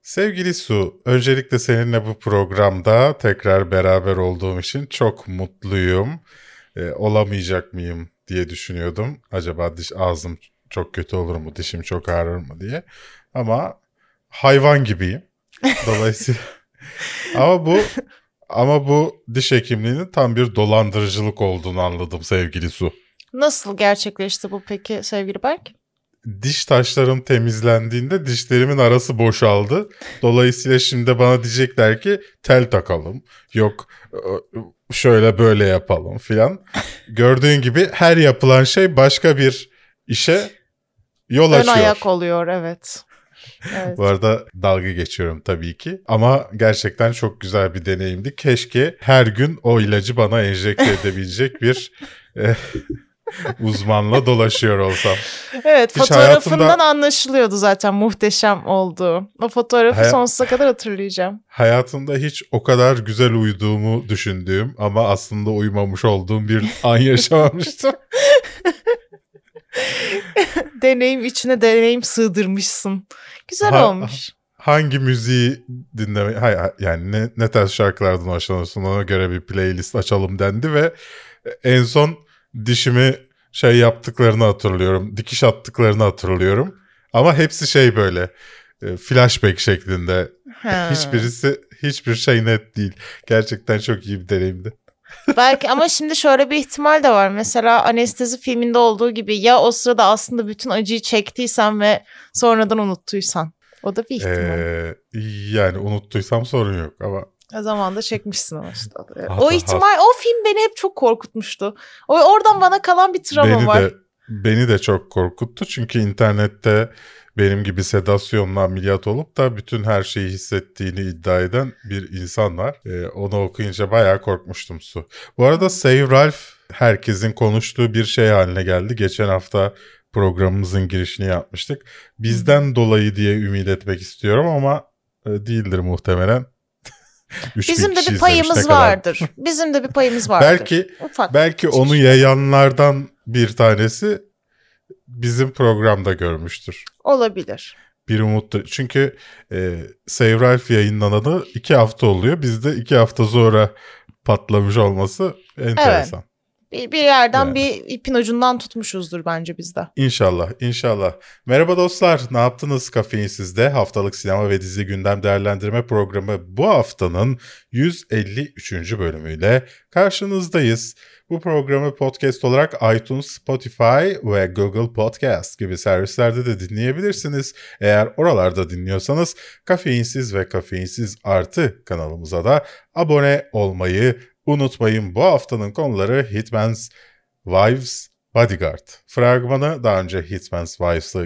Sevgili Su, öncelikle seninle bu programda tekrar beraber olduğum için çok mutluyum. Olamayacak mıyım diye düşünüyordum. Acaba ağzım çok kötü olur mu, dişim çok ağrır mı diye. Ama hayvan gibiyim. Dolayısıyla ama bu diş hekimliğinin tam bir dolandırıcılık olduğunu anladım sevgili Su. Nasıl gerçekleşti bu peki sevgili Berk? Diş taşlarım temizlendiğinde dişlerimin arası boşaldı. Dolayısıyla şimdi bana diyecekler ki tel takalım. Yok şöyle böyle yapalım filan. Gördüğün gibi her yapılan şey başka bir işe yol açıyor. Ön ayak oluyor, evet. Evet. Bu arada dalga geçiyorum tabii ki. Ama gerçekten çok güzel bir deneyimdi. Keşke her gün o ilacı bana enjekte edebilecek bir uzmanla dolaşıyor olsam. Evet, Hiç fotoğrafından anlaşılıyordu zaten muhteşem olduğu. O fotoğrafı sonsuza kadar hatırlayacağım. Hayatımda hiç o kadar güzel uyuduğumu düşündüğüm ama aslında uyumamış olduğum bir an yaşamamıştım. Deneyim içine deneyim sığdırmışsın. Güzel olmuş. Hangi müziği dinlemeyi, yani ne tarz şarkılardan hoşlanırsın, ona göre bir playlist açalım dendi ve en son dişimi yaptıklarını hatırlıyorum. Dikiş attıklarını hatırlıyorum. Ama hepsi böyle flashback şeklinde. Hiçbir şey net değil. Gerçekten çok iyi bir deneyimdi. Belki ama şimdi şöyle bir ihtimal de var. Mesela Anestezi filminde olduğu gibi ya o sırada aslında bütün acıyı çektiysen ve sonradan unuttuysan. O da bir ihtimal. Yani unuttuysam sorun yok ama. O zaman da çekmişsin ama işte. O ihtimal, o film beni hep çok korkutmuştu. Oradan bana kalan bir travma var. Beni de çok korkuttu çünkü internette benim gibi sedasyonla ameliyat olup da bütün her şeyi hissettiğini iddia eden bir insan var. Onu okuyunca bayağı korkmuştum Su. Bu arada Save Ralph herkesin konuştuğu bir şey haline geldi. Geçen hafta programımızın girişini yapmıştık. Bizden dolayı diye ümit etmek istiyorum ama değildir muhtemelen. Bizim de bir payımız vardır. Bizim de bir payımız vardır. Belki onu yayanlardan bir tanesi bizim programda görmüştür. Olabilir. Bir umuttur. Çünkü Save Ralph yayınlanalı 2 hafta oluyor. Bizde 2 hafta sonra patlamış olması enteresan. Evet. Bir yerden bir ipin ucundan tutmuşuzdur bence bizde. İnşallah. Merhaba dostlar. Ne yaptınız Kafeinsiz'de? Haftalık sinema ve dizi gündem değerlendirme programı bu haftanın 153. bölümüyle karşınızdayız. Bu programı podcast olarak iTunes, Spotify ve Google Podcast gibi servislerde de dinleyebilirsiniz. Eğer oralarda dinliyorsanız Kafeinsiz ve Kafeinsiz Artı kanalımıza da abone olmayı unutmayın. Bu haftanın konuları Hitman's Wives Bodyguard. Fragmanı daha önce Hitman's Wives'ı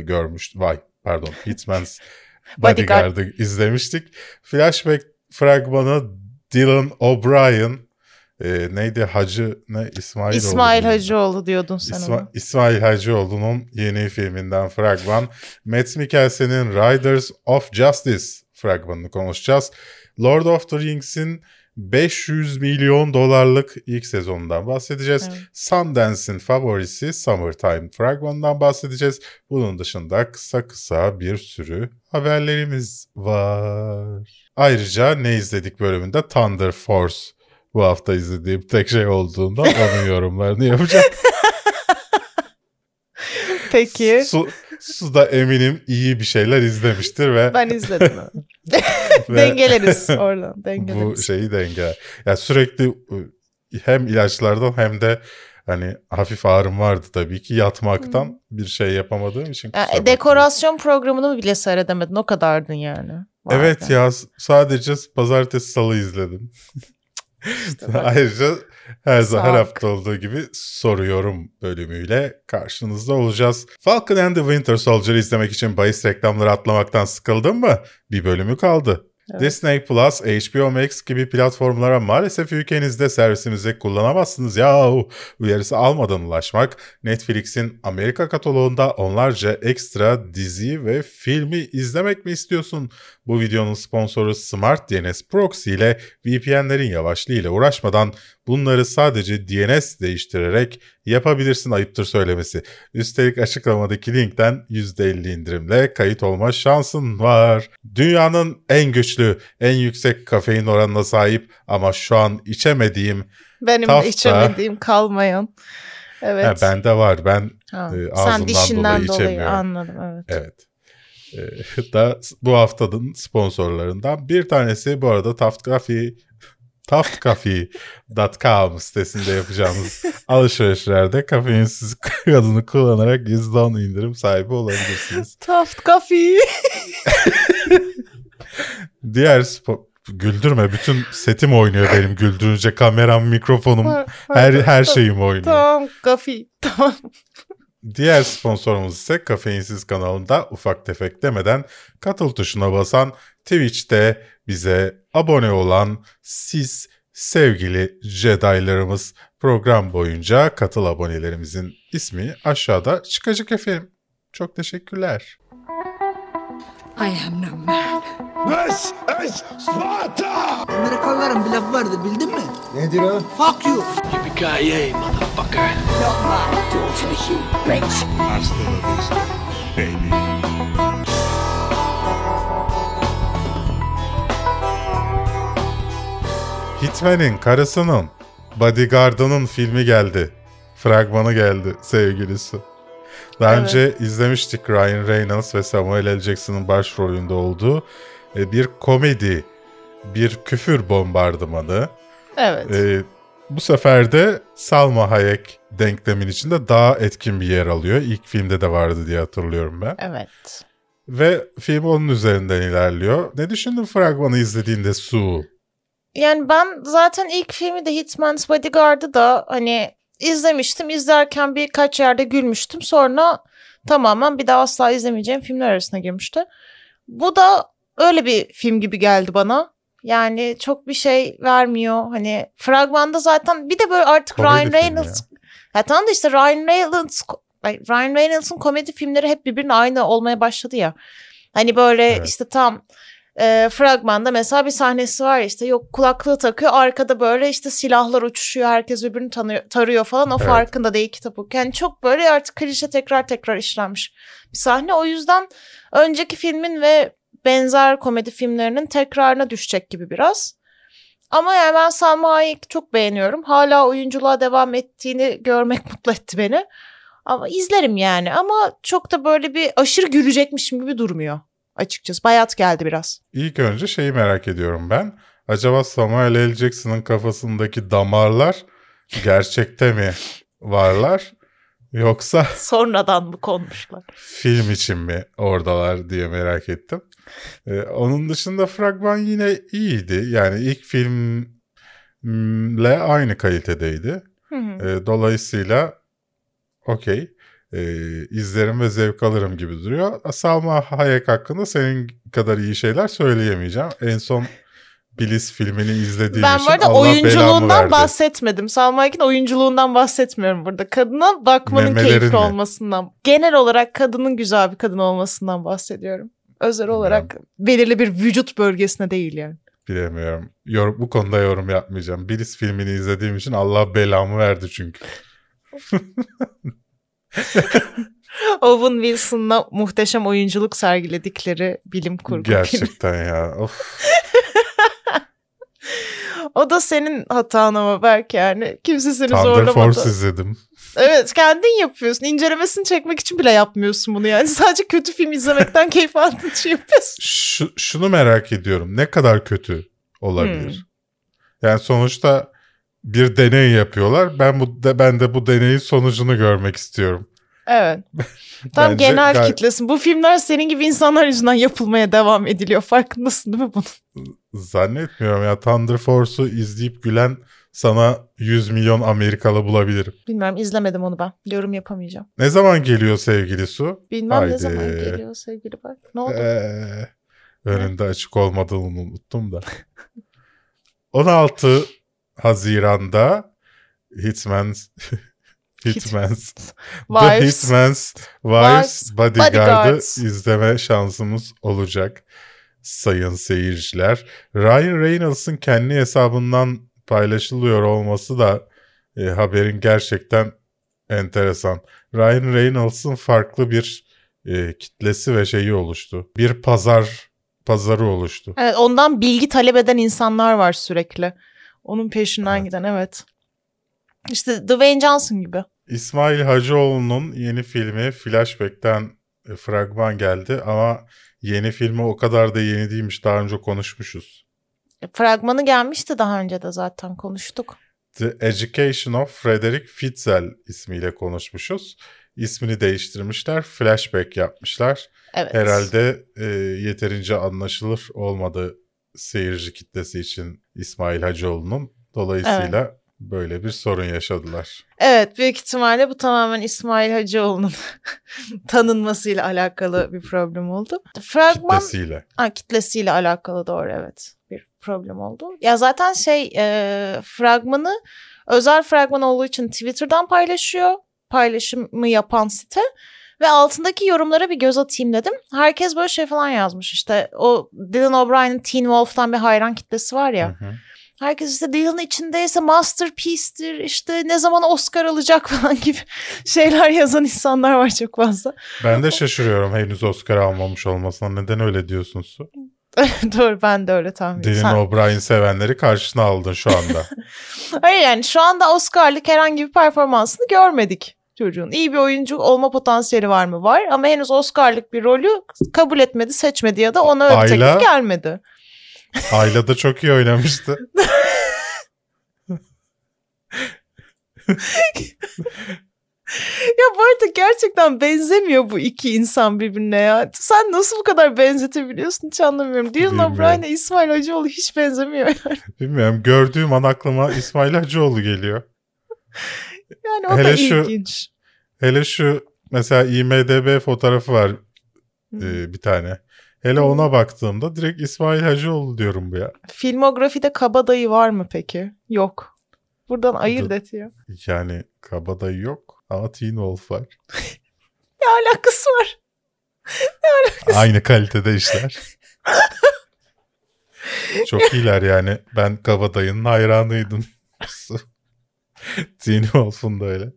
Hitman's Bodyguard'ı izlemiştik. Flashback fragmanı Dylan O'Brien neydi? İsmail Hacıoğlu diyordun sen ona. İsmail Hacıoğlu'nun yeni filminden fragman. Mads Mikkelsen'in Riders of Justice fragmanını konuşacağız. Lord of the Rings'in $500 milyon ilk sezonundan bahsedeceğiz. Evet. Sundance'in favorisi Summertime fragmanından bahsedeceğiz. Bunun dışında kısa bir sürü haberlerimiz var. Ayrıca ne izledik bölümünde Thunder Force bu hafta izlediğim tek şey olduğunda onun yorumlarını yapacağım. Peki. Su da eminim iyi bir şeyler izlemiştir ve... Ben izledim. Dengeleriz oradan. Bu şeyi dengeler. Yani sürekli hem ilaçlardan hem de hani hafif ağrım vardı tabii ki yatmaktan bir şey yapamadığım için. Dekorasyon programını bile seyredemedin, o kadardın yani. Evet ya, sadece pazartesi salı izledim. Ayrıca her hafta olduğu gibi soruyorum bölümüyle karşınızda olacağız. Falcon and the Winter Soldier'ı izlemek için bahis reklamları atlamaktan sıkıldın mı? Bir bölümü kaldı. Evet. Disney Plus, HBO Max gibi platformlara maalesef ülkenizde servisimizi kullanamazsınız yahu uyarısı almadan ulaşmak, Netflix'in Amerika kataloğunda onlarca ekstra dizi ve filmi izlemek mi istiyorsun? Bu videonun sponsoru Smart DNS Proxy ile VPN'lerin yavaşlığı ile uğraşmadan bunları sadece DNS değiştirerek yapabilirsin, ayıptır söylemesi. Üstelik açıklamadaki linkten %50 indirimle kayıt olma şansın var. Dünyanın en güçlü, en yüksek kafein oranına sahip ama şu an içemediğim Benim Tafta. de içemediğim kalmayan. Evet. Bende var. Ben Sen ağzımdan dişinden dolayı içemiyorum. anladım, evet. Evet. Da bu haftanın sponsorlarından bir tanesi bu arada taftcoffee.com sitesinde yapacağımız alışverişlerde kafeinsiz adını kullanarak %10 indirim sahibi olabilirsiniz. Taft Coffee. Diğer güldürme, bütün setim oynuyor benim güldürünce, kameram, mikrofonum, her şeyim oynuyor. Tamam Coffee, tamam. Diğer sponsorumuz ise Kafeinsiz kanalında ufak tefek demeden katıl tuşuna basan, Twitch'te bize abone olan siz sevgili Jedi'larımız. Program boyunca katıl abonelerimizin ismi aşağıda çıkacak efendim. Çok teşekkürler. I am no man. This is Sparta! Amerikalıların bir lafı vardı, bildin mi? Nedir o? Fuck you. Yippee-ki-yay, motherfucker! Not my daughter, you bitch. Hasta la vista, baby. Hitman'in karısının bodyguardının filmi geldi. Fragmanı geldi sevgilisi. Daha Evet. önce izlemiştik, Ryan Reynolds ve Samuel L. Jackson'ın başrolünde olduğu bir komedi, bir küfür bombardımanı. Evet. Bu sefer de Salma Hayek denklemin içinde daha etkin bir yer alıyor. İlk filmde de vardı diye hatırlıyorum ben. Evet. Ve film onun üzerinden ilerliyor. Ne düşündün fragmanı izlediğinde Su? Yani ben zaten ilk filmi de Hitman's Bodyguard'ı da hani izlemiştim. İzlerken birkaç yerde gülmüştüm. Sonra tamamen bir daha asla izlemeyeceğim filmler arasına girmişti. Bu da öyle bir film gibi geldi bana. Yani çok bir şey vermiyor. Hani fragmanda zaten bir de böyle artık Komedi Ryan filmi Reynolds. Ya tamam da işte Ryan Reynolds'ın komedi filmleri hep birbirine aynı olmaya başladı ya. Hani böyle Evet. işte tam fragmanda mesela bir sahnesi var, işte yok kulaklığı takıyor, arkada böyle işte silahlar uçuşuyor, herkes birbirini tarıyor falan, o Evet. farkında değil kitap okuyor. Yani çok böyle artık klişe tekrar işlenmiş bir sahne. O yüzden önceki filmin ve benzer komedi filmlerinin tekrarına düşecek gibi biraz. Ama yani ben Salma Hayek'i çok beğeniyorum. Hala oyunculuğa devam ettiğini görmek mutlu etti beni. Ama izlerim yani, ama çok da böyle bir aşırı gülecekmişim gibi durmuyor açıkçası. Bayat geldi biraz. İlk önce şeyi merak ediyorum ben. Acaba Samuel L. Jackson'ın kafasındaki damarlar gerçekte mi varlar? Yoksa Sonradan mı konmuşlar? film için mi oradalar diye merak ettim. Onun dışında fragman yine iyiydi. Yani ilk filmle aynı kalitedeydi. Hı hı. Dolayısıyla okey. İzlerim ve zevk alırım gibi duruyor. Salma Hayek hakkında senin kadar iyi şeyler söyleyemeyeceğim. En son Bliss filmini izlediğim Ben için bu arada Allah belamı oyunculuğundan verdi. bahsetmedim. Salma Hayek'in oyunculuğundan bahsetmiyorum burada. Kadına bakmanın Memelerin keyifli mi? olmasından. Genel olarak kadının güzel bir kadın olmasından bahsediyorum. Özel olarak belirli bir vücut bölgesine değil yani. Bilemiyorum. Bu konuda yorum yapmayacağım. Bliss filmini izlediğim için Allah belamı verdi çünkü. Owen Wilson'la muhteşem oyunculuk sergiledikleri bilim kurgu filmi. Gerçekten ya. Of. O da senin hatan ama belki yani. Kimse seni Thunder zorlamadı. Force izledim. Evet, kendin yapıyorsun. İncelemesini çekmek için bile yapmıyorsun bunu yani. Sadece kötü film izlemekten keyif aldığın için yapıyorsun. Şunu merak ediyorum. Ne kadar kötü olabilir? Yani sonuçta bir deney yapıyorlar. Ben de bu deneyin sonucunu görmek istiyorum. Evet. Tam Bence genel kitlesin. Bu filmler senin gibi insanlar yüzünden yapılmaya devam ediliyor. Farkındasın değil mi bunun? Zannetmiyorum ya. Thunder Force'u izleyip gülen sana 100 milyon Amerikalı bulabilirim. Bilmiyorum, izlemedim onu ben. Yorum yapamayacağım. Ne zaman geliyor sevgili Su? Bilmem Haydi. ne zaman geliyor sevgili bak. Ne oldu? Önünde açık olmadığını unuttum da. 16 Haziran'da Hitman's The Hitman's Wife's Bodyguard'ı izleme şansımız olacak sayın seyirciler. Ryan Reynolds'ın kendi hesabından paylaşılıyor olması da haberin gerçekten enteresan. Ryan Reynolds'ın farklı bir kitlesi ve şeyi oluştu. Bir pazarı oluştu. Evet, ondan bilgi talep eden insanlar var sürekli. Onun peşinden giden, evet. İşte Dwayne Johnson gibi. İsmail Hacıoğlu'nun yeni filmi Flashback'ten fragman geldi ama yeni filmi o kadar da yeni değilmiş. Daha önce konuşmuşuz. Fragmanı gelmişti daha önce de, zaten konuştuk. The Education of Frederick Fitzel ismiyle konuşmuşuz. İsmini değiştirmişler. Flashback yapmışlar. Evet. Herhalde yeterince anlaşılır olmadı seyirci kitlesi için İsmail Hacıoğlu'nun. Dolayısıyla böyle bir sorun yaşadılar. Evet, büyük ihtimalle bu tamamen İsmail Hacıoğlu'nun tanınmasıyla alakalı bir problem oldu. Fragman, kitlesiyle alakalı, doğru, evet, bir problem oldu. Ya zaten fragmanı özel fragman olduğu için Twitter'dan paylaşıyor. Paylaşımı yapan site. Ve altındaki yorumlara bir göz atayım dedim. Herkes böyle şey falan yazmış. İşte o Dylan O'Brien'in Teen Wolf'tan bir hayran kitlesi var ya. Hı hı. Herkes işte Dylan içindeyse masterpiece'tir, işte ne zaman Oscar alacak falan gibi şeyler yazan insanlar var çok fazla. Ben de şaşırıyorum henüz Oscar almamış olmasına. Neden öyle diyorsunuz? Doğru, ben de öyle tahmin ediyorum. Dylan O'Brien sevenleri karşına aldın şu anda. Hayır, yani şu anda Oscar'lık herhangi bir performansını görmedik çocuğun. İyi bir oyuncu olma potansiyeli var mı? Var, ama henüz Oscar'lık bir rolü kabul etmedi, seçmedi ya da ona öyle teklif gelmedi. Ayla'da çok iyi oynamıştı. Ya bu arada gerçekten benzemiyor bu iki insan birbirine ya. Sen nasıl bu kadar benzetebiliyorsun hiç anlamıyorum. Dylan O'Brien'e İsmail Hacıoğlu hiç benzemiyor yani. Bilmiyorum, gördüğüm an aklıma İsmail Hacıoğlu geliyor. Yani o da ilginç. Hele şu mesela IMDb fotoğrafı var bir tane. Hele ona baktığımda direkt İsmail Hacıoğlu diyorum bu ya. Filmografide kabadayı var mı peki? Yok. Buradan ayırt et ya. Yani kabadayı yok ama Teen Wolf var. Ne alakası var? Aynı kalitede işler. Çok iyiler yani. Ben kabadayının hayranıydım. Teen Wolf'un da öyle.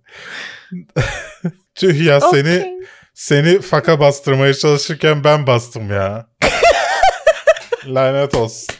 Tüh ya, seni faka bastırmaya çalışırken ben bastım ya. Lanet olsun.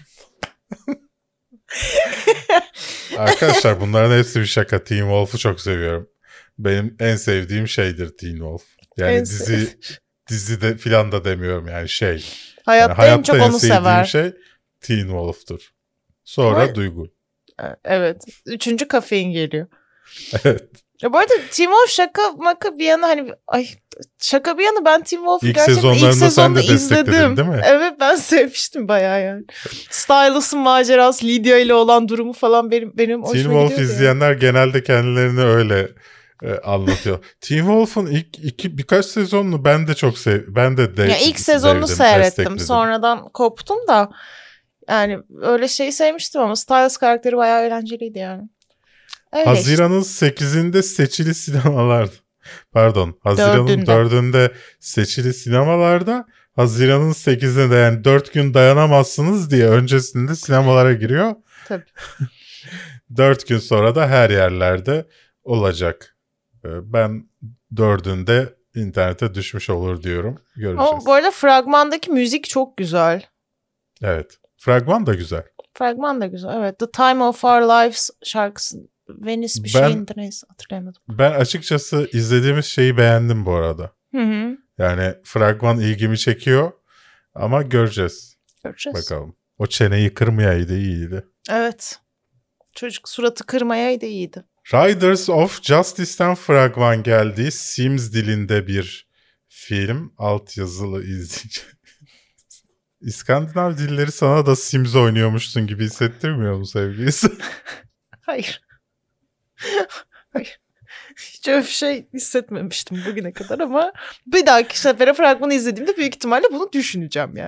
Arkadaşlar bunların hepsi bir şaka. Teen Wolf'u çok seviyorum. Benim en sevdiğim şeydir Teen Wolf. Yani dizide filan da demiyorum yani şey. Hayatta en çok onu sever. Şey Teen Wolf'tur. Sonra Duygu. Evet. 3. kafein geliyor. Evet. Ya bu arada Teen Wolf şaka bir yana, hani şaka bir yana, ben Teen Wolf'u gerçekten ilk sezonda izledim. Değil mi? Evet, ben sevmiştim bayağı yani. Stylus'un macerası, Lydia ile olan durumu falan benim hoşuma gidiyordu. Teen Wolf izleyenler genelde kendilerini öyle anlatıyor. Teen Wolf'un ilk birkaç sezonunu ben de çok ben de ya ilk sezonunu seyrettim. Sonradan koptum da yani öyle şeyi sevmiştim ama Stylus karakteri bayağı eğlenceliydi yani. Öyle Haziran'ın 8'inde seçili sinemalarda. Pardon. Haziran'ın 4'ünde seçili sinemalarda. Haziran'ın 8'inde yani 4 gün dayanamazsınız diye öncesinde sinemalara giriyor. Tabii. 4 gün sonra da her yerlerde olacak. Ben 4'ünde internete düşmüş olur diyorum. Göreceğiz. Ama bu arada fragmandaki müzik çok güzel. Evet. Fragman da güzel. Fragman da güzel. Evet. The Time of Our Lives şarkısı. Venice bir şeyindi, neyse hatırlayamadım. Ben açıkçası izlediğimiz şeyi beğendim bu arada. Hı. Yani fragman ilgimi çekiyor ama göreceğiz. Bakalım. O çeneyi kırmayaydı iyiydi. Evet. Çocuk suratı kırmayaydı iyiydi. Riders of Justice'ten fragman geldi. Sims dilinde bir film. Altyazılı izleyici. İskandinav dilleri sana da Sims oynuyormuşsun gibi hissettirmiyor mu sevgilisi? Hayır. Hayır. Hiç öyle bir şey hissetmemiştim bugüne kadar ama bir dahaki sefere fragmanı izlediğimde büyük ihtimalle bunu düşüneceğim yani.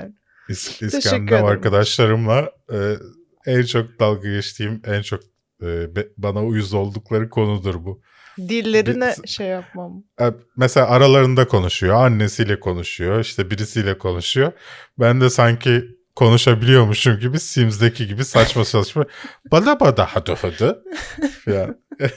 İskandinav arkadaşlarımla en çok dalga geçtiğim, en çok bana uyuz oldukları konudur bu. Dillerine şey yapmam. Mesela aralarında konuşuyor, annesiyle konuşuyor, işte birisiyle konuşuyor. Ben de sanki konuşabiliyormuşum gibi Sims'deki gibi saçma saçma bada hadi falan.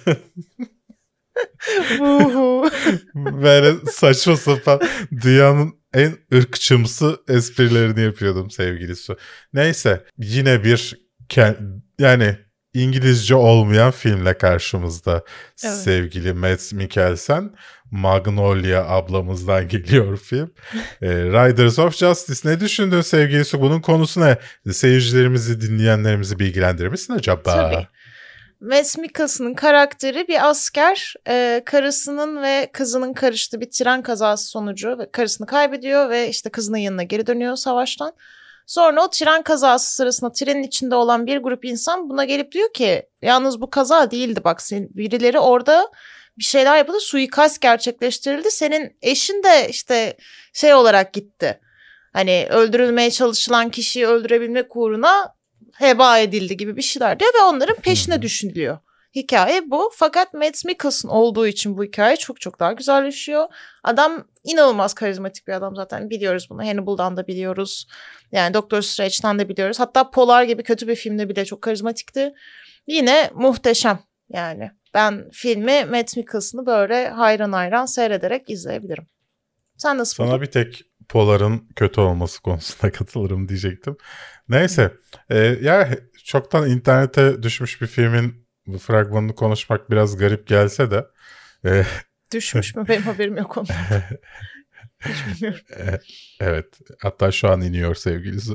Böyle saçma sapan dünyanın en ırkçımsı esprilerini yapıyordum sevgili Su. Neyse yine bir yani İngilizce olmayan filmle karşımızda sevgili Mads Mikkelsen. Magnolia ablamızdan geliyor film. Riders of Justice. Ne düşündün sevgili Su? Bunun konusu ne? Seyircilerimizi, dinleyenlerimizi bilgilendirir misin acaba? Tabii. Mads Mikkelsen'ın karakteri bir asker, karısının ve kızının karıştığı bir tren kazası sonucu karısını kaybediyor ve işte kızının yanına geri dönüyor savaştan. Sonra o tren kazası sırasında trenin içinde olan bir grup insan buna gelip diyor ki yalnız bu kaza değildi bak birileri orada bir şeyler yapıldı, suikast gerçekleştirildi, senin eşin de işte şey olarak gitti. Hani öldürülmeye çalışılan kişiyi öldürebilmek uğruna heba edildi gibi bir şeyler diyor ve onların peşine düşünülüyor. Hikaye bu. Fakat Mads Mikkelsen olduğu için bu hikaye çok çok daha güzelleşiyor. Adam inanılmaz karizmatik bir adam zaten. Biliyoruz bunu. Hannibal'dan da biliyoruz. Yani Doctor Strange'den de biliyoruz. Hatta Polar gibi kötü bir filmde bile çok karizmatikti. Yine muhteşem yani. Ben filmi Mads Mikkelsen'ı böyle hayran hayran seyrederek izleyebilirim. Sen nasıl buldun? Sana bir tek Polar'ın kötü olması konusunda katılırım diyecektim. Neyse. Ya çoktan internete düşmüş bir filmin bu fragmanını konuşmak biraz garip gelse de. Düşmüş mü? Benim haberim yok ondan. Hiç bilmiyorum. Evet. Hatta şu an iniyor sevgilisi.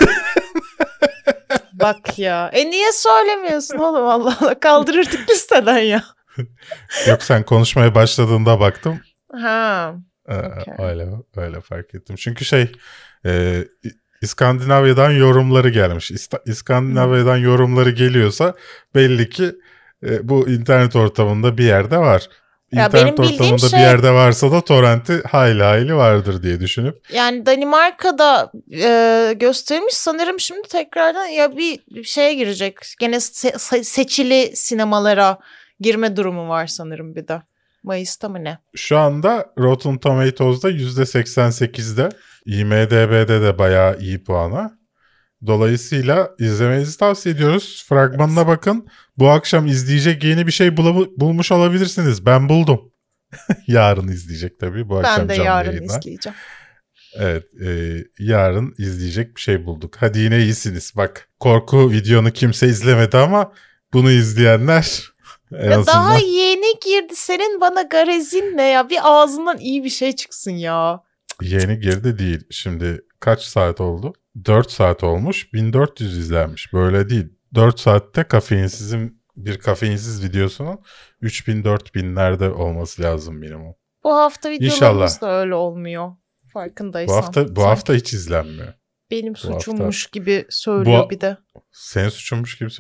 Bak ya. Niye söylemiyorsun oğlum? Allah Allah. Kaldırırdık listeden ya. Yok sen konuşmaya başladığında baktım. Ha. Okay. Öyle fark ettim. Çünkü İskandinavya'dan yorumları gelmiş. İskandinavya'dan yorumları geliyorsa belli ki bu internet ortamında bir yerde var. Ya İnternet ortamında bir yerde varsa da torrenti hayli vardır diye düşünüp. Yani Danimarka'da gösterilmiş sanırım, şimdi tekrardan ya bir şeye girecek. Gene seçili sinemalara girme durumu var sanırım bir de. Mayıs'ta mı ne? Şu anda Rotten Tomatoes'da %88'de. IMDb'de de bayağı iyi puana. Dolayısıyla izlemenizi tavsiye ediyoruz. Fragmanına bakın. Bu akşam izleyecek yeni bir şey bulmuş olabilirsiniz. Ben buldum. Yarın izleyecek tabii. Bu akşam ben de yarın izleyeceğim. Evet. Yarın izleyecek bir şey bulduk. Hadi yine iyisiniz. Bak, korku videonu kimse izlemedi ama bunu izleyenler en azından... Daha yeni girdi. Senin bana garezin ne ya? Bir ağzından iyi bir şey çıksın ya. Yeni girdi değil. Şimdi kaç saat oldu? 4 saat olmuş. 1400 izlenmiş. Böyle değil. 4 saatte bir kafeinsiz videosunun 3000-4000'lerde olması lazım minimum. Bu hafta videolarımız da öyle olmuyor. Farkındaysan. Bu hafta hiç izlenmiyor. Benim suçummuş gibi söylüyor bir de. Senin suçunmuş gibi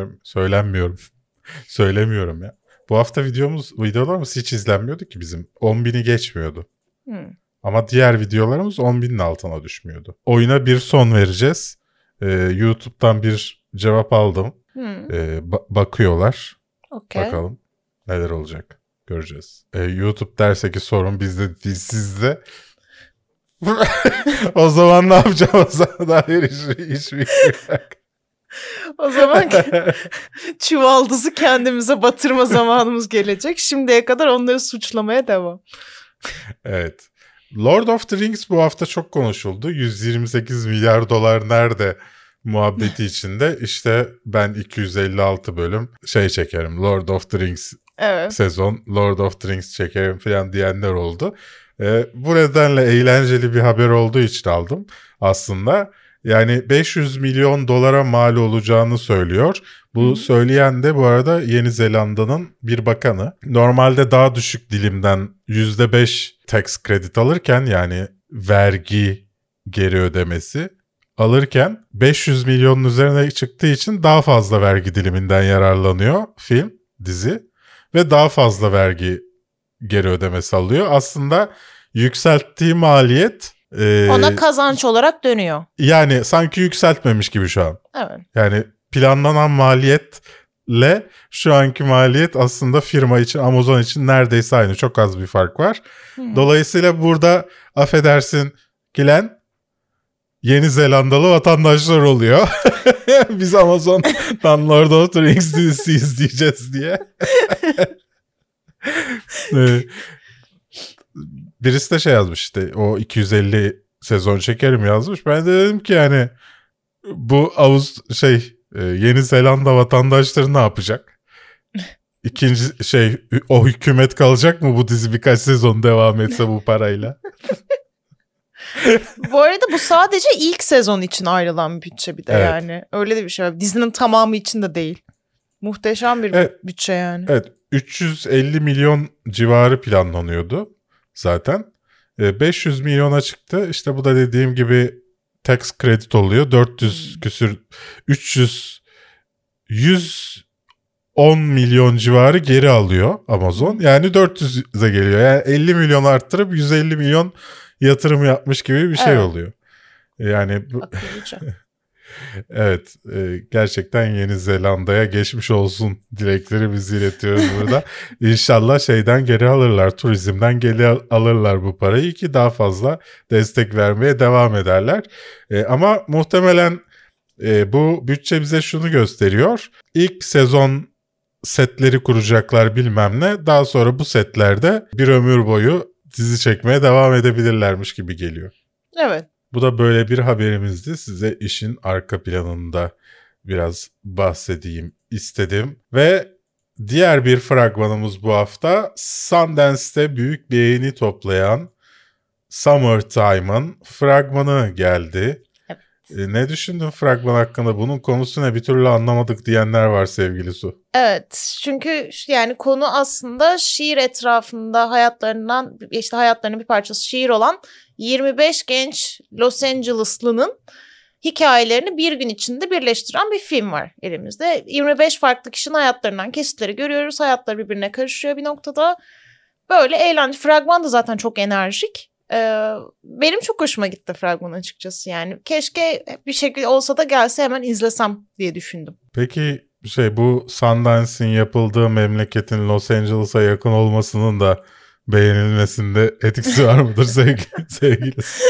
söylemiyorum ya. Bu hafta videolarımız hiç izlenmiyordu ki bizim. 10.000'i geçmiyordu. Ama diğer videolarımız 10.000'in altına düşmüyordu. Oyuna bir son vereceğiz. YouTube'dan bir cevap aldım. Bakıyorlar. Okay. Bakalım neler olacak. Göreceğiz. YouTube derse ki sorun bizde değil sizde. O zaman ne yapacağımıza dair hiçbir şey yok. O zaman çuvaldızı kendimize batırma zamanımız gelecek. Şimdiye kadar onları suçlamaya devam. Evet. Lord of the Rings bu hafta çok konuşuldu. 128 milyar dolar nerede muhabbeti içinde. İşte ben 256 bölüm çekerim. Lord of the Rings sezon Lord of the Rings çekerim falan diyenler oldu. Bu nedenle eğlenceli bir haber olduğu için aldım aslında. Yani 500 milyon dolara mal olacağını söylüyor. Bu söyleyen de bu arada Yeni Zelanda'nın bir bakanı. Normalde daha düşük dilimden %5 tax credit alırken, yani vergi geri ödemesi alırken 500 milyonun üzerine çıktığı için daha fazla vergi diliminden yararlanıyor dizi ve daha fazla vergi geri ödemesi alıyor. Aslında yükselttiği maliyet Ona kazanç olarak dönüyor. Yani sanki yükseltmemiş gibi şu an. Evet. Yani planlanan maliyetle şu anki maliyet aslında firma için, Amazon için neredeyse aynı. Çok az bir fark var. Dolayısıyla burada affedersin Glenn, Yeni Zelandalı vatandaşlar oluyor. Biz Amazon'dan Lord of the Rings dizisi izleyeceğiz diye. Birisi de şey yazmış işte, o 250 sezon çekerim yazmış. Ben de dedim ki yani bu Yeni Zelanda vatandaşları ne yapacak? İkinci o hükümet kalacak mı bu dizi birkaç sezon devam etse bu parayla? Bu arada bu sadece ilk sezon için ayrılan bir bütçe bir de Evet. yani. Öyle de bir şey var. Dizinin tamamı için de değil. Muhteşem bir bütçe yani. Evet, 350 milyon civarı planlanıyordu zaten. 500 milyona çıktı. İşte bu da dediğim gibi tax credit oluyor. 400 küsür 110 milyon civarı geri alıyor Amazon. Yani 400'e geliyor. Yani 50 milyon arttırıp 150 milyon yatırım yapmış gibi bir şey oluyor. Yani Akıllıca. evet, gerçekten Yeni Zelanda'ya geçmiş olsun dilekleri biz iletiyoruz burada. İnşallah şeyden geri alırlar, turizmden geri alırlar bu parayı ki daha fazla destek vermeye devam ederler. Ama muhtemelen bu bütçe bize şunu gösteriyor. İlk sezon setleri kuracaklar bilmem ne. Daha sonra bu setlerde bir ömür boyu dizi çekmeye devam edebilirlermiş gibi geliyor. Evet. Bu da böyle bir haberimizdi. Size işin arka planında biraz bahsedeyim istedim. Ve diğer bir fragmanımız bu hafta Sundance'te büyük beğeni toplayan Summertime'ın fragmanı geldi. Evet. Ne düşündün fragman hakkında? Bunun konusu ne? Bir türlü anlamadık diyenler var sevgili Su. Evet, çünkü yani konu aslında şiir etrafında hayatlarının bir parçası şiir olan 25 genç Los Angeles'lının hikayelerini bir gün içinde birleştiren bir film var elimizde. 25 farklı kişinin hayatlarından kesitleri görüyoruz. Hayatları birbirine karışıyor bir noktada. Böyle eğlenceli. Fragman da zaten çok enerjik. Benim çok hoşuma gitti fragman açıkçası yani. Keşke bir şekilde olsa da gelse hemen izlesem diye düşündüm. Peki bu Sundance'in yapıldığı memleketin Los Angeles'a yakın olmasının da beğenilmesinde etkisi var mıdır sevgilisi?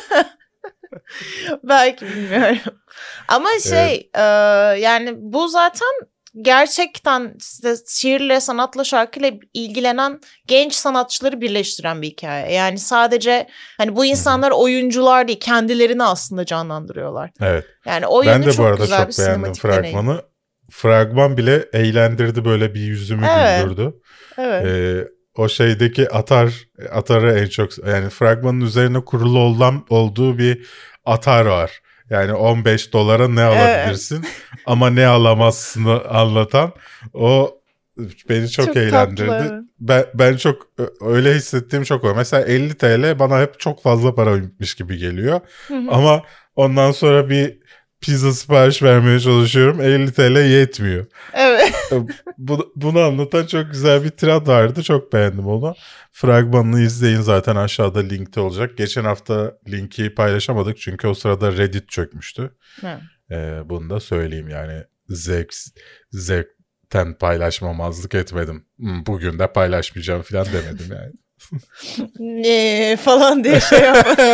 Belki bilmiyorum. Ama yani bu zaten gerçekten şiirle, sanatla, şarkıyla ilgilenen genç sanatçıları birleştiren bir hikaye. Yani sadece hani bu insanlar oyuncular değil, kendilerini aslında canlandırıyorlar. Evet. Yani o ben yönü de bu arada güzel çok beğendim fragmanı. Deneyim. Fragman bile eğlendirdi, böyle bir yüzümü güldürdü. Evet. O şeydeki atarı en çok, yani fragmanın üzerine kurulu olduğu bir atar var. Yani $15 ne alabilirsin ama ne alamazsını anlatan, o beni çok eğlendirdi. Tatlı. Ben çok öyle hissettiğim çok oluyor. Mesela 50 TL bana hep çok fazla paraymış gibi geliyor. Ama ondan sonra bir pizza sipariş vermeye çalışıyorum. 50 TL yetmiyor. Evet. Bunu anlatan çok güzel bir tirat vardı. Çok beğendim onu. Fragmanını izleyin, zaten aşağıda linkte olacak. Geçen hafta linki paylaşamadık çünkü o sırada Reddit çökmüştü. Bunu da söyleyeyim yani. Zevkten paylaşmamazlık etmedim. Bugün de paylaşmayacağım falan demedim yani. Ne falan diye şey yapma.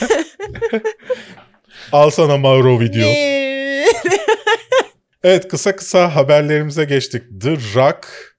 Al sana Mauro Videos. Evet, kısa haberlerimize geçtik. The Rock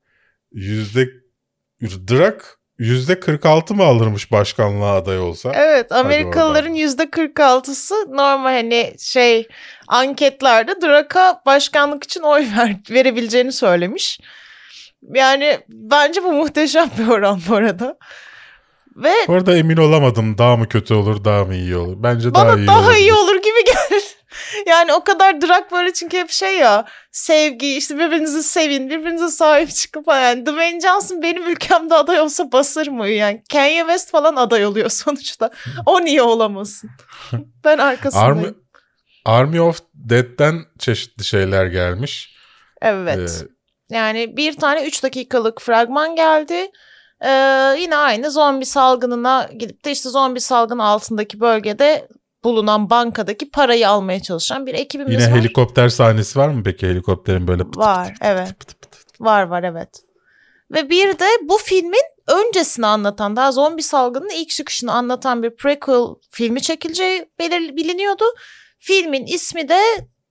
%46 mı alırmış başkanlığa aday olsa? Evet, Amerikalıların %46'sı normal hani anketlerde The Rock'a başkanlık için oy verebileceğini söylemiş. Yani bence bu muhteşem bir oran bu arada. Ve bu arada emin olamadım, daha mı kötü olur daha mı iyi olur. Bence daha iyi olur gibi geldi. Yani o kadar Rock böyle, çünkü hep sevgi, işte birbirinizi sevin, birbirinize sahip çıkın falan. Yani Dwayne Johnson benim ülkemde aday olsa basarım oyu yani. Kanye West falan aday oluyor sonuçta. O niye olamasın? Ben arkasındayım. Army of Dead'den çeşitli şeyler gelmiş. Evet. Yani bir tane 3 dakikalık fragman geldi. Yine aynı zombi salgınına gidip de işte zombi salgını altındaki bölgede bulunan bankadaki parayı almaya çalışan bir ekibimiz Yine var. helikopter sahnesi var mı peki? Helikopterin böyle pıt Var, pıt pıt evet. pıt pıt pıt. Var evet. Ve bir de bu filmin öncesini anlatan, daha zombi salgınının ilk çıkışını anlatan bir prequel filmi çekileceği biliniyordu. Filmin ismi de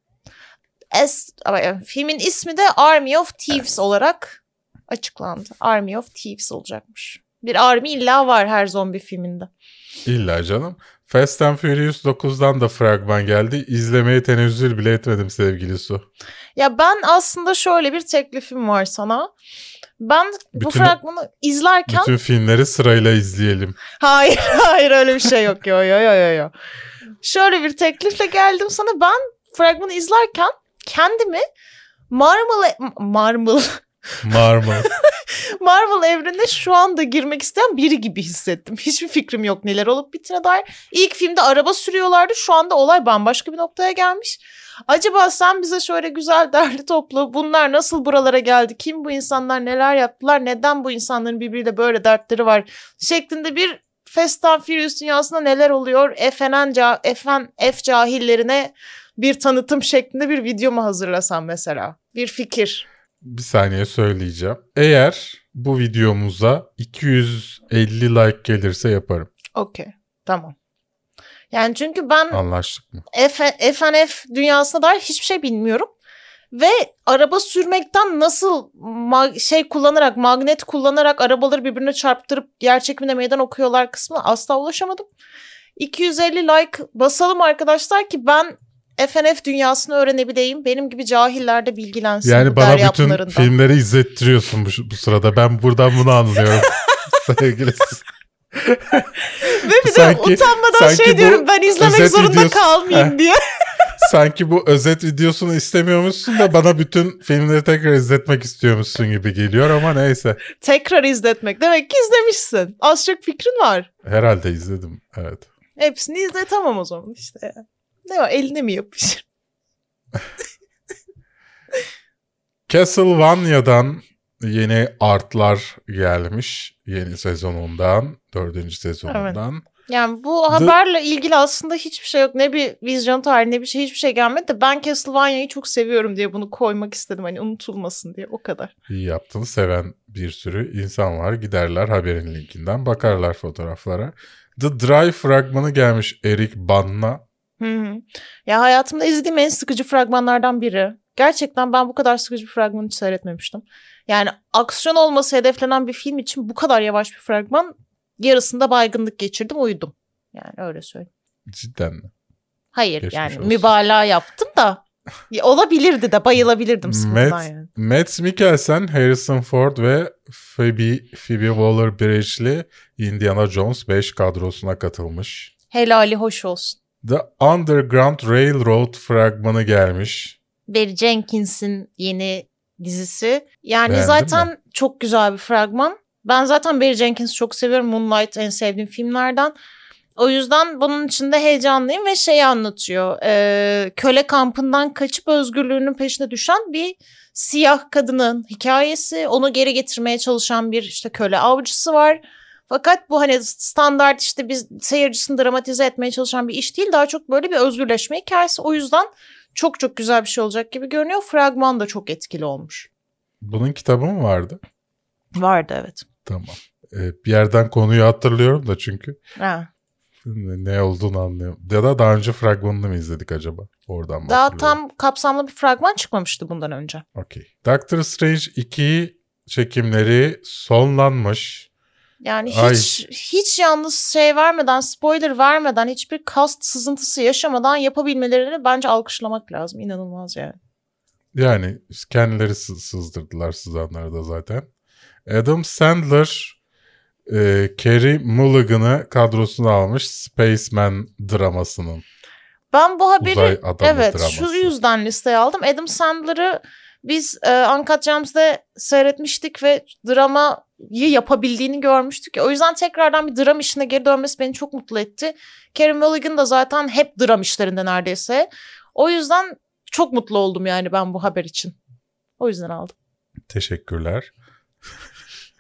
Army of Thieves olarak açıklandı. Army of Thieves olacakmış. Bir army illa var her zombi filminde. İlla canım. Fast and Furious 9'dan da fragman geldi. İzlemeye tenezzül bile etmedim sevgili Su. Ya ben aslında şöyle bir teklifim var sana. Ben bu fragmanı izlerken... Bütün filmleri sırayla izleyelim. Hayır öyle bir şey yok. Yo. Şöyle bir teklifle geldim sana. Ben fragmanı izlerken kendimi Marvel evrenine şu anda girmek isteyen biri gibi hissettim. Hiçbir fikrim yok neler olup bittiğine dair. İlk filmde araba sürüyorlardı. Şu anda olay bambaşka bir noktaya gelmiş. Acaba sen bize şöyle güzel derli toplu bunlar nasıl buralara geldi? Kim bu insanlar, neler yaptılar? Neden bu insanların birbiriyle böyle dertleri var? Şeklinde bir Fast and Furious dünyasında neler oluyor? F cahillerine bir tanıtım şeklinde bir video mu hazırlasam mesela? Bir fikir. Bir saniye söyleyeceğim. Eğer bu videomuza 250 like gelirse yaparım. Okey. Tamam. Yani çünkü ben Anlaştık mı? FNF dünyasına dair hiçbir şey bilmiyorum. Ve araba sürmekten nasıl magnet kullanarak arabaları birbirine çarptırıp yer çekimine meydan okuyorlar kısmına asla ulaşamadım. 250 like basalım arkadaşlar ki ben FNF dünyasını öğrenebileyim. Benim gibi cahiller de bilgilensin. Yani bana bütün filmleri izlettiriyorsun bu sırada. Ben buradan bunu anlıyorum. Sevgilisi. Ve bir de utanmadan diyorum ben izlemek zorunda kalmayayım diye. Sanki bu özet videosunu istemiyormuşsun da bana bütün filmleri tekrar izletmek istiyormuşsun gibi geliyor ama neyse. Tekrar izletmek. Demek ki izlemişsin. Az çok fikrin var. Herhalde izledim, evet. Hepsini izletemem o zaman işte. Ne var, eline mi yapışır? Castlevania'dan yeni artlar gelmiş. Yeni sezonundan, 4. sezonundan. Evet. Yani bu haberle ilgili aslında hiçbir şey yok. Ne bir vizyon tarihi ne bir şey, hiçbir şey gelmedi de ben Castlevania'yı çok seviyorum diye bunu koymak istedim. Hani unutulmasın diye, o kadar. İyi yaptığını seven bir sürü insan var. Giderler haberin linkinden bakarlar fotoğraflara. The Drive fragmanı gelmiş Eric Bana. Ya hayatımda izlediğim en sıkıcı fragmanlardan biri. Gerçekten ben bu kadar sıkıcı bir fragman hiç seyretmemiştim. Yani aksiyon olması hedeflenen bir film için bu kadar yavaş bir fragman, yarısında baygınlık geçirdim, uyudum. Yani öyle söyleyeyim. Cidden mi? Hayır. Geçmiş yani olsun. Mübalağa yaptım da olabilirdi de, bayılabilirdim sıkıntıdan yani. Mads Mikkelsen, Harrison Ford ve Phoebe Waller-Bridge'li Indiana Jones 5 kadrosuna katılmış. Helali hoş olsun. The Underground Railroad fragmanı gelmiş. Barry Jenkins'in yeni dizisi. Yani beğendin zaten mi? Çok güzel bir fragman. Ben zaten Barry Jenkins'i çok seviyorum. Moonlight en sevdiğim filmlerden. O yüzden bunun için de heyecanlıyım ve şeyi anlatıyor. Köle kampından kaçıp özgürlüğünün peşine düşen bir siyah kadının hikayesi. Onu geri getirmeye çalışan bir işte köle avcısı var. Fakat bu hani standart işte biz seyircisini dramatize etmeye çalışan bir iş değil. Daha çok böyle bir özgürleşme hikayesi. O yüzden çok çok güzel bir şey olacak gibi görünüyor. Fragman da çok etkili olmuş. Bunun kitabı mı vardı? Vardı, evet. Tamam. Bir yerden konuyu hatırlıyorum da çünkü. Ha. Ne olduğunu anlıyorum. Ya da daha önce fragmanını mı izledik acaba? Oradan mı daha tam kapsamlı bir fragman çıkmamıştı bundan önce. Okey. Doctor Strange 2 çekimleri sonlanmış. Yani hiç yalnız şey vermeden, spoiler vermeden, hiçbir cast sızıntısı yaşamadan yapabilmelerini bence alkışlamak lazım. İnanılmaz yani. Yani kendileri sızdırdılar sızanları da zaten. Adam Sandler Carey Mulligan'ı kadrosuna almış Spaceman dramasının. Ben bu haberi draması. Şu yüzden listeye aldım. Adam Sandler'ı biz Uncut Gems'de seyretmiştik ve dramayı yapabildiğini görmüştük. O yüzden tekrardan bir dram işine geri dönmesi beni çok mutlu etti. Carey Mulligan da zaten hep dram işlerinde neredeyse. O yüzden çok mutlu oldum yani ben bu haber için. O yüzden aldım. Teşekkürler.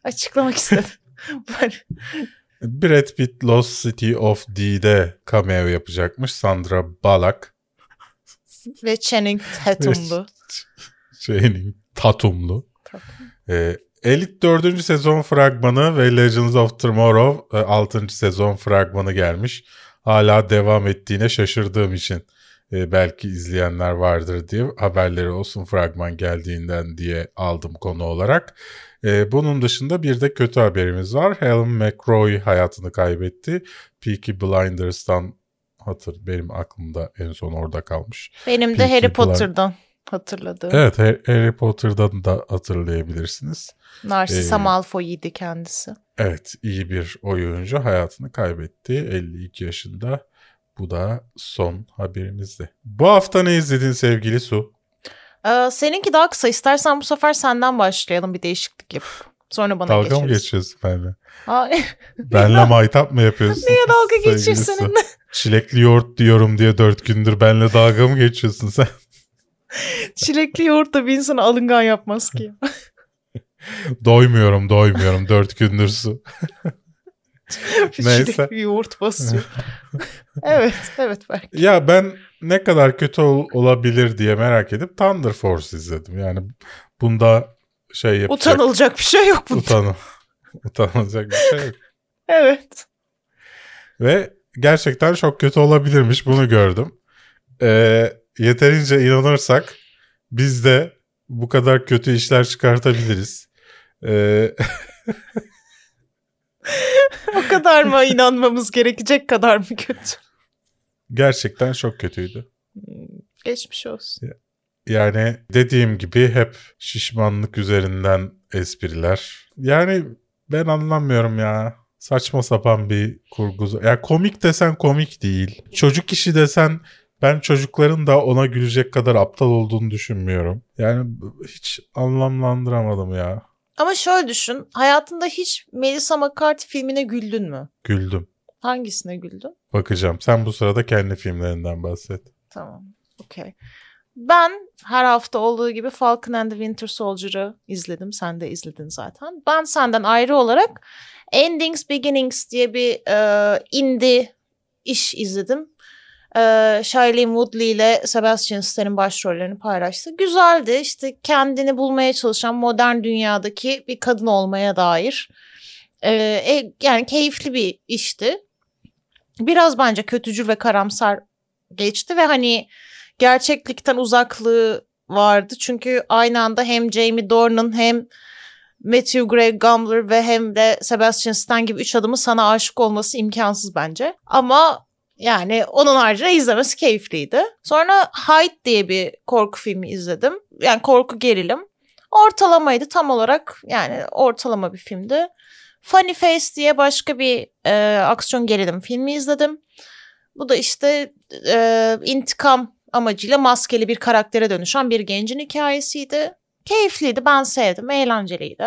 Açıklamak istedim. Böyle. Brad Pitt Lost City of D'de cameo yapacakmış. Sandra Bullock. Ve Channing Tatum'lu. Channing Tatum'lu. Elite 4. sezon fragmanı ve Legends of Tomorrow 6. sezon fragmanı gelmiş. Hala devam ettiğine şaşırdığım için belki izleyenler vardır diye haberleri olsun fragman geldiğinden diye aldım konu olarak. Bunun dışında bir de kötü haberimiz var. Helen McCrory hayatını kaybetti. Peaky Blinders'tan benim aklımda en son orada kalmış. Benim de Peaky Harry Potter'dan hatırladığım. Evet, Harry Potter'dan da hatırlayabilirsiniz. Narcissa Malfoy'ydi kendisi. Evet, iyi bir oyuncu hayatını kaybetti 52 yaşında. Bu da son haberimizdi. Bu hafta ne izledin sevgili Su? Seninki daha kısa. İstersen bu sefer senden başlayalım, bir değişiklik yapıp. Sonra bana Dalga mı geçeriz. geçiyorsun benimle? Hayır. Benle maytap mı yapıyorsun? Niye dalga sevgili geçiyorsun Su? seninle? Çilekli yoğurt diyorum diye 4 gündür benle dalga mı geçiyorsun sen? Çilekli yoğurt da bir insanı alıngan yapmaz ki. Doymuyorum 4 gündür Su. Neyse. Çilekli yoğurt basıyor. Evet belki. Ya ben ne kadar kötü olabilir diye merak edip Thunder Force izledim. Yani bunda şey yapacak. Utanılacak bir şey yok bunda. Utanılacak bir şey yok. Evet. Ve gerçekten çok kötü olabilirmiş, bunu gördüm. Yeterince inanırsak biz de bu kadar kötü işler çıkartabiliriz. O kadar mı inanmamız gerekecek kadar mı kötü? Gerçekten çok kötüydü. Geçmiş olsun. Yani dediğim gibi hep şişmanlık üzerinden espriler. Yani ben anlamıyorum ya. Saçma sapan bir kurgu. Ya komik desen komik değil. Çocuk işi desen ben çocukların da ona gülecek kadar aptal olduğunu düşünmüyorum. Yani hiç anlamlandıramadım ya. Ama şöyle düşün. Hayatında hiç Melissa McCarthy filmine güldün mü? Güldüm. Hangisine güldün? Bakacağım. Sen bu sırada kendi filmlerinden bahset. Tamam. Okey. Ben her hafta olduğu gibi Falcon and the Winter Soldier'ı izledim. Sen de izledin zaten. Ben senden ayrı olarak Endings Beginnings diye bir indie iş izledim. Shailene Woodley ile Sebastian Stan'ın başrollerini paylaştı. Güzeldi. İşte kendini bulmaya çalışan modern dünyadaki bir kadın olmaya dair. Yani keyifli bir işti. Biraz bence kötücül ve karamsar geçti ve hani gerçeklikten uzaklığı vardı. Çünkü aynı anda hem Jamie Dornan hem Matthew Gray Gambler ve hem de Sebastian Stan gibi 3 adamın sana aşık olması imkansız bence. Ama yani onun haricinde izlemesi keyifliydi. Sonra Hide diye bir korku filmi izledim. Yani korku gerilim. Ortalamaydı tam olarak, yani ortalama bir filmdi. Funny Face diye başka bir aksiyon gerilim filmi izledim. Bu da işte intikam amacıyla maskeli bir karaktere dönüşen bir gencin hikayesiydi. Keyifliydi, ben sevdim, eğlenceliydi.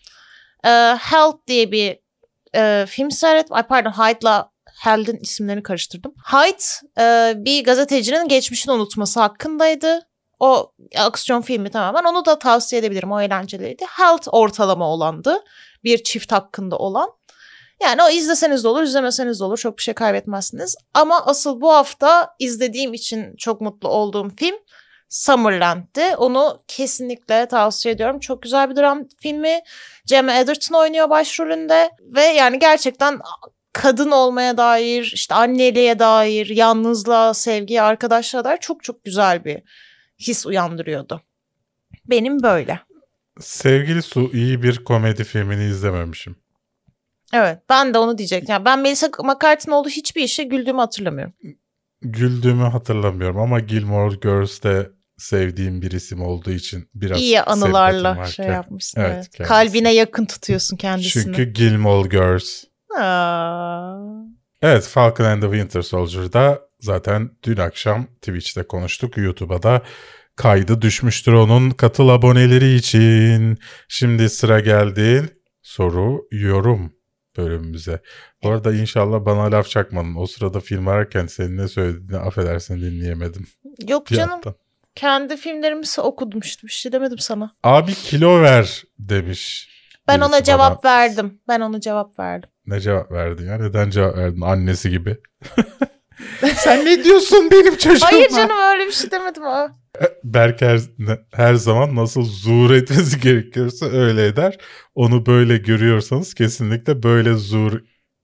Help diye bir film seyrettim. Hyde'la Held'in isimlerini karıştırdım. Hyde bir gazetecinin geçmişini unutması hakkındaydı. O aksiyon filmi tamamen. Onu da tavsiye edebilirim. O eğlenceliydi. Health ortalama olandı. Bir çift hakkında olan. Yani o izleseniz de olur, izlemeseniz de olur. Çok bir şey kaybetmezsiniz. Ama asıl bu hafta izlediğim için çok mutlu olduğum film Summerland'di. Onu kesinlikle tavsiye ediyorum. Çok güzel bir dram filmi. Gemma Arterton oynuyor başrolünde. Ve yani gerçekten kadın olmaya dair, işte anneliğe dair, yalnızlığa, sevgiye, arkadaşlığa dair çok çok güzel bir his uyandırıyordu. Benim böyle. Sevgili Su, iyi bir komedi filmini izlememişim. Evet, ben de onu diyecektim. Yani ben Melissa McCarthy'nin olduğu hiçbir işe güldüğümü hatırlamıyorum. Güldüğümü hatırlamıyorum ama Gilmore Girls'te sevdiğim bir isim olduğu için biraz İyi anılarla sempatim şey var. yapmışsın. Evet, Evet. kendisi. Kalbine yakın tutuyorsun kendisini. Çünkü Gilmore Girls. Aa. Evet, Falcon and the Winter Soldier'da zaten dün akşam Twitch'te konuştuk. YouTube'a da kaydı düşmüştür onun katıl aboneleri için. Şimdi sıra geldi soru yorum bölümümüze. Bu arada inşallah bana laf çakmadın. O sırada film ararken senin ne söylediğini affedersin dinleyemedim. Yok canım. Yattan. Kendi filmlerimi okudum işte. Bir şey demedim sana. Abi kilo ver demiş. Ben ona birisi cevap bana- verdim. Ben ona cevap verdim. Ne cevap verdin ya? Neden cevap verdin? Annesi gibi. Sen ne diyorsun benim çocuğuma? Hayır canım öyle bir şey demedim. Berk her zaman nasıl zuhur etmesi gerekiyorsa öyle eder. Onu böyle görüyorsanız kesinlikle böyle zuhur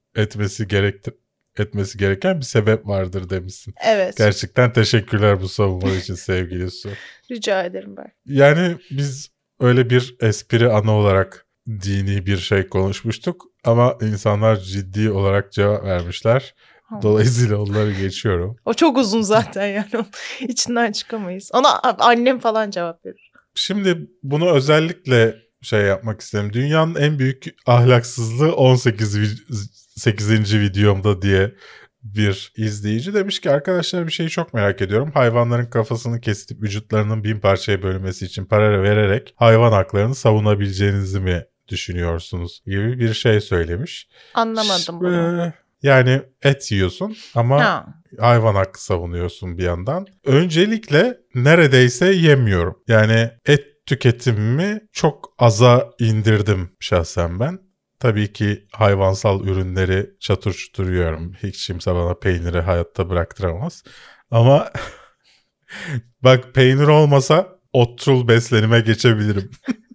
etmesi gereken bir sebep vardır demişsin. Evet. Gerçekten teşekkürler bu savunma için sevgili Su. Rica ederim ben. Yani biz öyle bir espri ana olarak dini bir şey konuşmuştuk ama insanlar ciddi olarak cevap vermişler. Dolayısıyla onları geçiyorum. O çok uzun zaten yani. İçinden çıkamayız. Ona annem falan cevap verir. Şimdi bunu özellikle yapmak istedim. Dünyanın en büyük ahlaksızlığı 8. videomda diye bir izleyici demiş ki arkadaşlar bir şeyi çok merak ediyorum. Hayvanların kafasını kesip vücutlarının 1000 parçaya bölünmesi için para vererek hayvan haklarını savunabileceğinizi mi düşünüyorsunuz gibi bir şey söylemiş. Anlamadım bunu. Yani et yiyorsun ama Ha. hayvan hakkı savunuyorsun bir yandan. Öncelikle neredeyse yemiyorum. Yani et tüketimimi çok aza indirdim şahsen ben. Tabii ki hayvansal ürünleri çatır çutur yiyorum. Hiç kimse bana peyniri hayatta bıraktıramaz. Ama bak peynir olmasa otçul beslenime geçebilirim.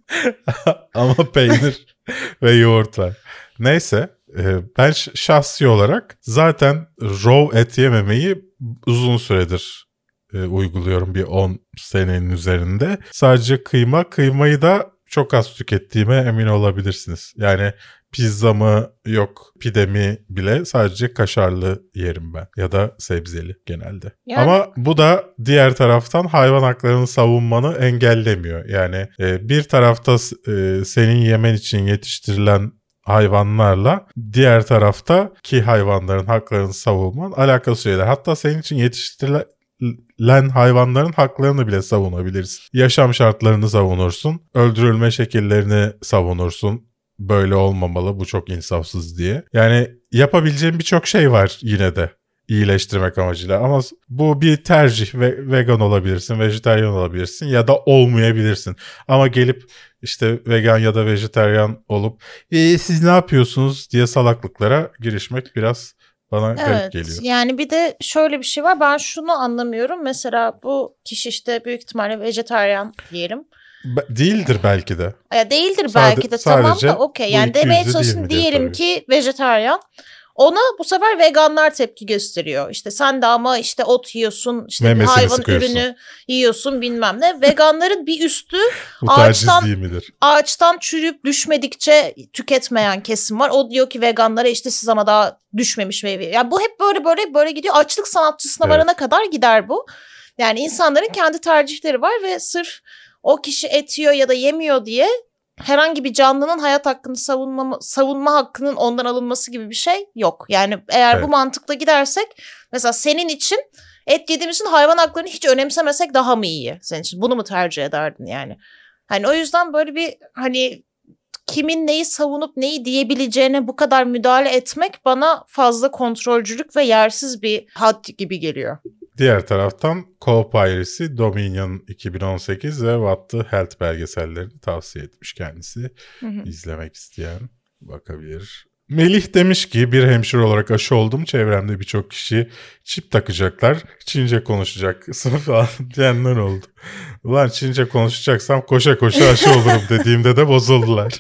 Ama peynir ve yoğurt var. Neyse ben şahsi olarak zaten raw et yememeyi uzun süredir uyguluyorum, bir 10 senenin üzerinde. Sadece kıymayı da çok az tükettiğime emin olabilirsiniz. Yani pizzamı yok pidemi bile sadece kaşarlı yerim ben ya da sebzeli genelde. Yani... Ama bu da diğer taraftan hayvan haklarını savunmanı engellemiyor. Yani bir tarafta senin yemen için yetiştirilen hayvanlarla diğer taraftaki hayvanların haklarını savunman alakası şeyler. Hatta senin için yetiştirilen hayvanların haklarını bile savunabilirsin. Yaşam şartlarını savunursun, öldürülme şekillerini savunursun. Böyle olmamalı, bu çok insafsız diye. Yani yapabileceğin birçok şey var yine de iyileştirmek amacıyla. Ama bu bir tercih. Vegan olabilirsin, vejetaryen olabilirsin ya da olmayabilirsin. Ama gelip işte vegan ya da vejetaryen olup siz ne yapıyorsunuz diye salaklıklara girişmek biraz bana garip geliyor. Yani bir de şöyle bir şey var. Ben şunu anlamıyorum. Mesela bu kişi işte büyük ihtimalle vejetaryen diyelim. Değildir belki de. Ya değildir belki de, tamam da okey. Yani demeye çalıştım, diyelim ki vejetaryen. Ona bu sefer veganlar tepki gösteriyor. İşte sen de ama işte ot yiyorsun, işte memesini hayvan sıkıyorsun, ürünü yiyorsun bilmem ne. Veganların bir üstü bu taciz değil midir? Ağaçtan çürüyüp düşmedikçe tüketmeyen kesim var. O diyor ki veganlara işte siz ama daha düşmemiş meyve. Yani bu hep böyle gidiyor. Açlık sanatçısına varana kadar gider bu. Yani insanların kendi tercihleri var ve sırf o kişi et yiyor ya da yemiyor diye herhangi bir canlının hayat hakkını savunma hakkının ondan alınması gibi bir şey yok. Yani eğer bu mantıkla gidersek mesela senin için et yediğimiz için hayvan haklarını hiç önemsemesek daha mı iyi senin için? Bunu mu tercih ederdin yani? Hani o yüzden böyle bir hani kimin neyi savunup neyi diyebileceğine bu kadar müdahale etmek bana fazla kontrolcülük ve yersiz bir had gibi geliyor. Diğer taraftan Co-Piracy, Dominion 2018 ve What the Health belgesellerini tavsiye etmiş kendisi. İzlemek isteyen bakabilir. Melih demiş ki bir hemşire olarak aşı oldum. Çevremde birçok kişi çip takacaklar. Çince konuşacak falan diyenler oldu. Ulan Çince konuşacaksam koşa koşa aşı olurum dediğimde de bozuldular.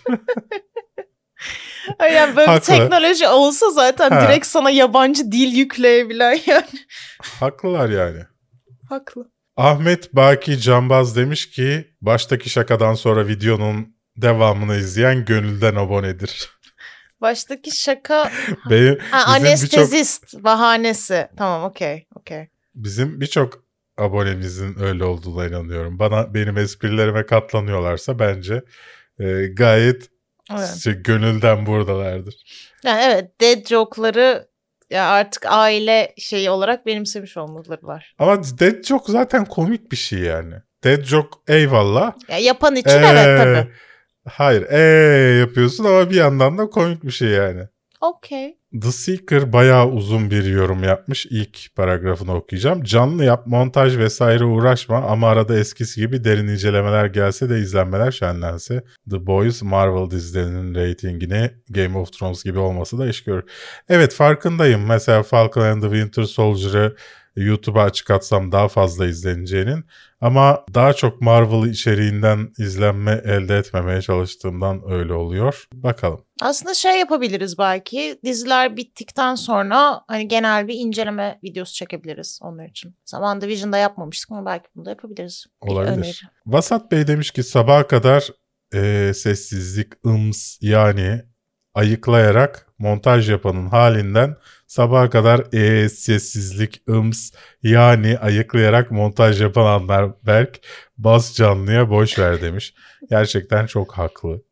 Yani böyle bir teknoloji olsa zaten direkt sana yabancı dil yükleyebilen yani. Haklılar yani. Haklı. Ahmet Baki Cambaz demiş ki baştaki şakadan sonra videonun devamını izleyen gönülden abonedir. Baştaki şaka anestezist bahanesi. Tamam okey. Bizim birçok abonemizin öyle olduğuna inanıyorum. Benim esprilerime katlanıyorlarsa bence gayet gönülden buradalardır. Yani evet, dead joke'ları ya artık aile şeyi olarak benimsemiş olmaları var. Ama dead joke zaten komik bir şey yani. Dead joke eyvallah. Ya yapan için evet tabii. Hayır yapıyorsun ama bir yandan da komik bir şey yani. Okay. The Seeker bayağı uzun bir yorum yapmış. İlk paragrafını okuyacağım. Canlı yap, montaj vesaire uğraşma ama arada eskisi gibi derin incelemeler gelse de izlenmeler şenlense. The Boys, Marvel dizilerinin reytingini Game of Thrones gibi olması da iş görür. Evet, farkındayım. Mesela Falcon and the Winter Soldier'ı YouTube'a açık atsam daha fazla izleneceğinin, ama daha çok Marvel içeriğinden izlenme elde etmemeye çalıştığımdan öyle oluyor. Bakalım. Aslında şey yapabiliriz belki. Diziler bittikten sonra hani genel bir inceleme videosu çekebiliriz onlar için. WandaVision'da yapmamıştık ama belki bunu da yapabiliriz. Bir öneri. Olabilir. Vasat Bey demiş ki sabaha kadar sessizlik, yani ayıklayarak montaj yapanın halinden sabaha kadar sessizlik, yani ayıklayarak montaj yapan anlar Berk, bas canlıya boş ver demiş. Gerçekten çok haklı.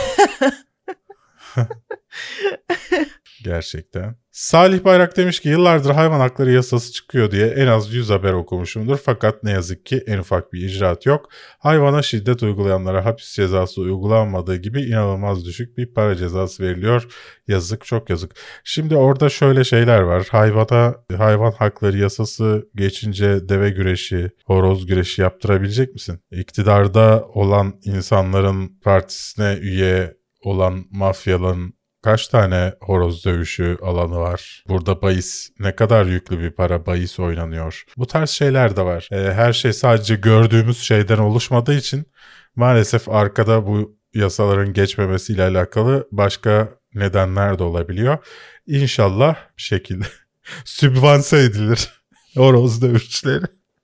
Gerçekten. Salih Bayrak demiş ki yıllardır hayvan hakları yasası çıkıyor diye en az 100 haber okumuşumdur. Fakat ne yazık ki en ufak bir icraat yok. Hayvana şiddet uygulayanlara hapis cezası uygulanmadığı gibi inanılmaz düşük bir para cezası veriliyor. Yazık, çok yazık. Şimdi orada şöyle şeyler var. Hayvan hakları yasası geçince deve güreşi, horoz güreşi yaptırabilecek misin? İktidarda olan insanların partisine üye olan mafyaların kaç tane horoz dövüşü alanı var? Burada bahis, ne kadar yüklü bir para bahis oynanıyor. Bu tarz şeyler de var. Her şey sadece gördüğümüz şeyden oluşmadığı için maalesef arkada bu yasaların geçmemesiyle alakalı başka nedenler de olabiliyor. İnşallah bir şekilde sübvanse edilir horoz dövüşleri.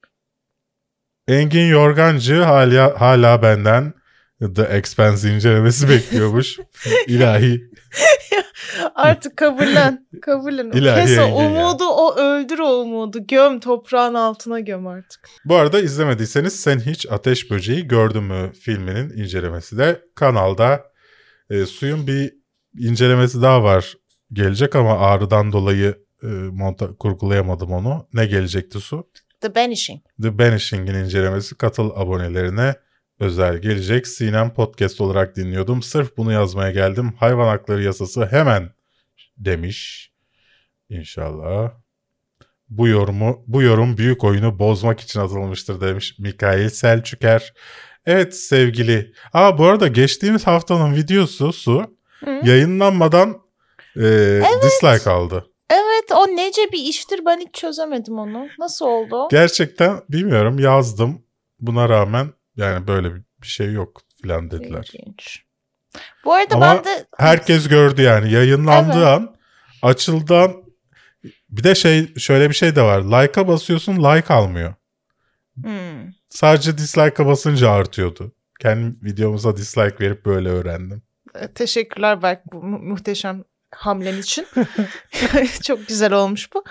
Engin Yorgancı hala benden The Expanse incelemesi bekliyormuş. İlahi. Artık kabullen. İlahi Kes o Engin umudu, o öldür o umudu. Göm, toprağın altına göm artık. Bu arada izlemediyseniz Sen Hiç Ateş Böceği Gördün Mü filminin incelemesi de kanalda. Suyun bir incelemesi daha var gelecek ama ağrıdan dolayı kurgulayamadım onu. Ne gelecekti Su? The Banishing. The Banishing'in incelemesi katıl abonelerine özel gelecek. Sinem podcast olarak dinliyordum. Sırf bunu yazmaya geldim. Hayvan hakları yasası hemen demiş. İnşallah. Bu yorum büyük oyunu bozmak için atılmıştır demiş Mikail Selçuker. Evet sevgili. Bu arada geçtiğimiz haftanın videosu Su yayınlanmadan dislike aldı. Evet, o nece bir iştir, ben hiç çözemedim onu. Nasıl oldu? Gerçekten bilmiyorum, yazdım. Buna rağmen yani böyle bir şey yok falan dediler. İlginç. Bu arada ama ben de... herkes gördü yani yayınlandığı an, açıldığı an. Bir de şöyle bir şey de var. Like'a basıyorsun, like almıyor. Sadece dislike'a basınca artıyordu. Kendi videomuza dislike verip böyle öğrendim. Teşekkürler Berk bu muhteşem hamlen için. Çok güzel olmuş bu.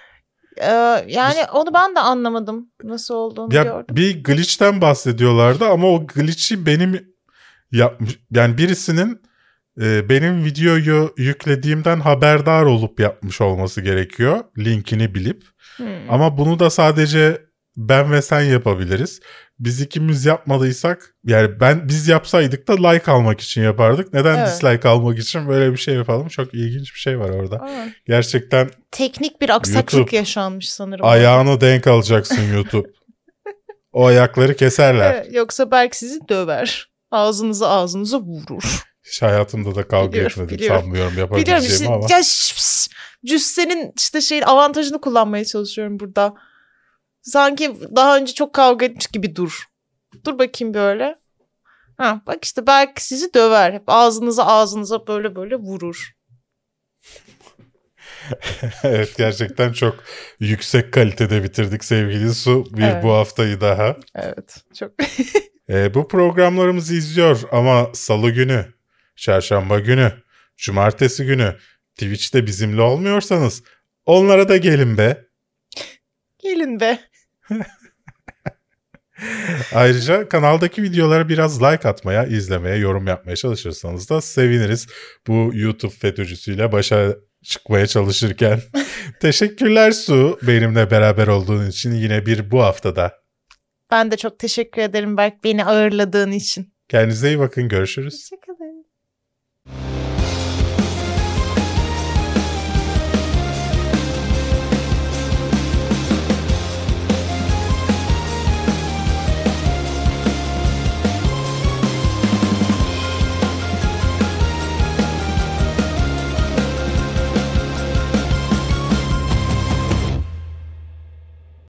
Yani onu ben de anlamadım. Nasıl olduğunu gördüm. Bir glitch'ten bahsediyorlardı ama o glitch'i benim yapmış. Yani birisinin benim videoyu yüklediğimden haberdar olup yapmış olması gerekiyor. Linkini bilip. Ama bunu da sadece ben ve sen yapabiliriz. Biz ikimiz yapmadıysak, yani biz yapsaydık da like almak için yapardık. Neden dislike almak için böyle bir şey yapalım? Çok ilginç bir şey var orada. Evet. Gerçekten teknik bir aksaklık YouTube, yaşanmış sanırım. Ayağını denk alacaksın YouTube. O ayakları keserler. Evet, yoksa belki sizi döver. Ağzınıza vurur. Hiç hayatımda da kavga etmedim. Sanmıyorum yapabileceğimi ama. Ya cüssenin işte avantajını kullanmaya çalışıyorum burada. Sanki daha önce çok kavga etmiş gibi dur. Dur bakayım böyle. Bak işte belki sizi döver. Hep ağzınıza böyle vurur. Evet, gerçekten çok yüksek kalitede bitirdik sevgili Su. Bu haftayı daha. Evet, çok. Bu programlarımızı izliyor ama salı günü, çarşamba günü, cumartesi günü Twitch'te bizimle olmuyorsanız onlara da gelin be. Gelin be. Ayrıca kanaldaki videolara biraz like atmaya, izlemeye, yorum yapmaya çalışırsanız da seviniriz. Bu YouTube FETÖ'cüsüyle başa çıkmaya çalışırken. Teşekkürler Su, benimle beraber olduğun için yine bu haftada. Ben de çok teşekkür ederim Berk, beni ağırladığın için. Kendinize iyi bakın, görüşürüz. Teşekkür ederim.